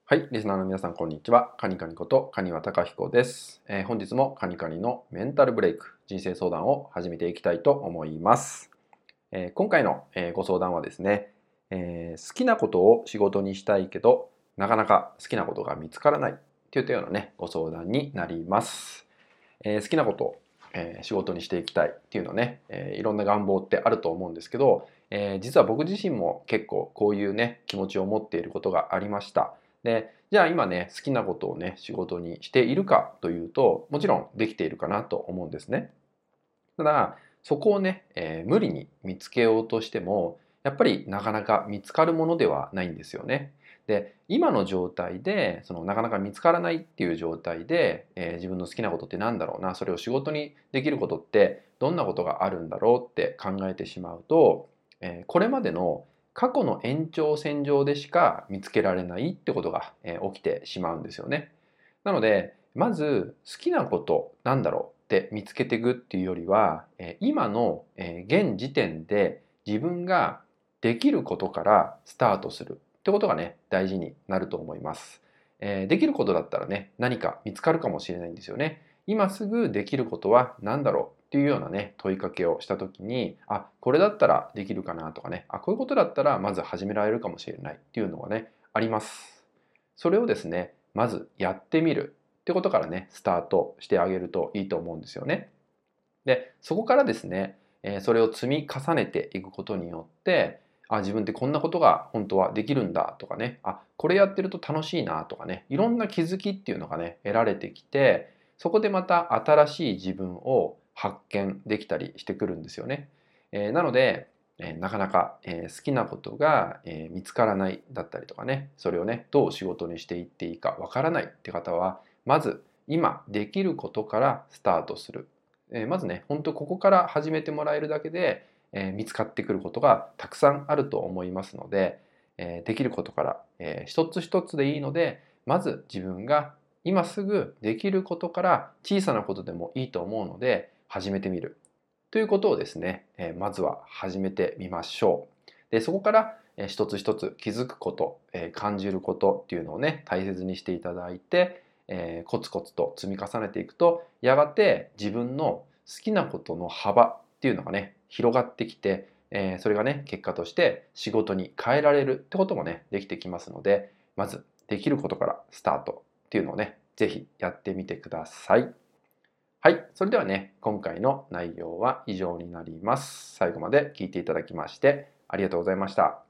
はい、リスナーの皆さん、こんにちは。カニカニことカニワタカヒコです。本日もカニカニのメンタルブレイク、人生相談を始めていきたいと思います。今回の、ご相談はですね、好きなことを仕事にしたいけど、なかなか好きなことが見つからないといったようなね、ご相談になります。好きなことを、仕事にしていきたいっていうのね、いろんな願望ってあると思うんですけど、実は僕自身も結構こういうね、気持ちを持っていることがありました。で、じゃあ今ね、好きなことをね、仕事にしているかというと、もちろんできているかなと思うんですね。ただ、そこをね、無理に見つけようとしても、やっぱりなかなか見つかるものではないんですよね。で、今の状態で、なかなか見つからないっていう状態で、自分の好きなことってなんだろうな、それを仕事にできることってどんなことがあるんだろうって考えてしまうと、これまでの過去の延長線上でしか見つけられないってことが、起きてしまうんですよね。なので、まず好きなことなんだろうって見つけていくっていうよりは、今の現時点で自分ができることからスタートするってことがね、大事になると思います。できることだったらね、何か見つかるかもしれないんですよね。今すぐできることは何だろうっていうようなね、問いかけをしたときに、あ、これだったらできるかなとかね、あ、こういうことだったらまず始められるかもしれないっていうのがね、あります。それをですね、まずやってみるってことからね、スタートしてあげるといいと思うんですよね。で、そこからですね、それを積み重ねていくことによって、あ、自分ってこんなことが本当はできるんだとかね、あ、これやってると楽しいなとかね、いろんな気づきっていうのがね、得られてきて、そこでまた新しい自分を発見できたりしてくるんですよね。なので、なかなか、好きなことが、見つからないだったりとかね、それをね、どう仕事にしていっていいかわからないって方は、まず今できることからスタートする。まずね、本当ここから始めてもらえるだけで、見つかってくることがたくさんあると思いますので、できることから、一つ一つでいいので、まず自分が今すぐできることから小さなことでもいいと思うので始めてみるということをですね、まずは始めてみましょう。で、そこから、一つ一つ気づくこと、感じることっていうのをね、大切にしていただいて、コツコツと積み重ねていくと、やがて自分の好きなことの幅っていうのがね、広がってきて、それがね、結果として仕事に変えられるってこともね、できてきますので、まずできることからスタートっていうのをね、ぜひやってみてください。はい。それではね、今回の内容は以上になります。最後まで聞いていただきましてありがとうございました。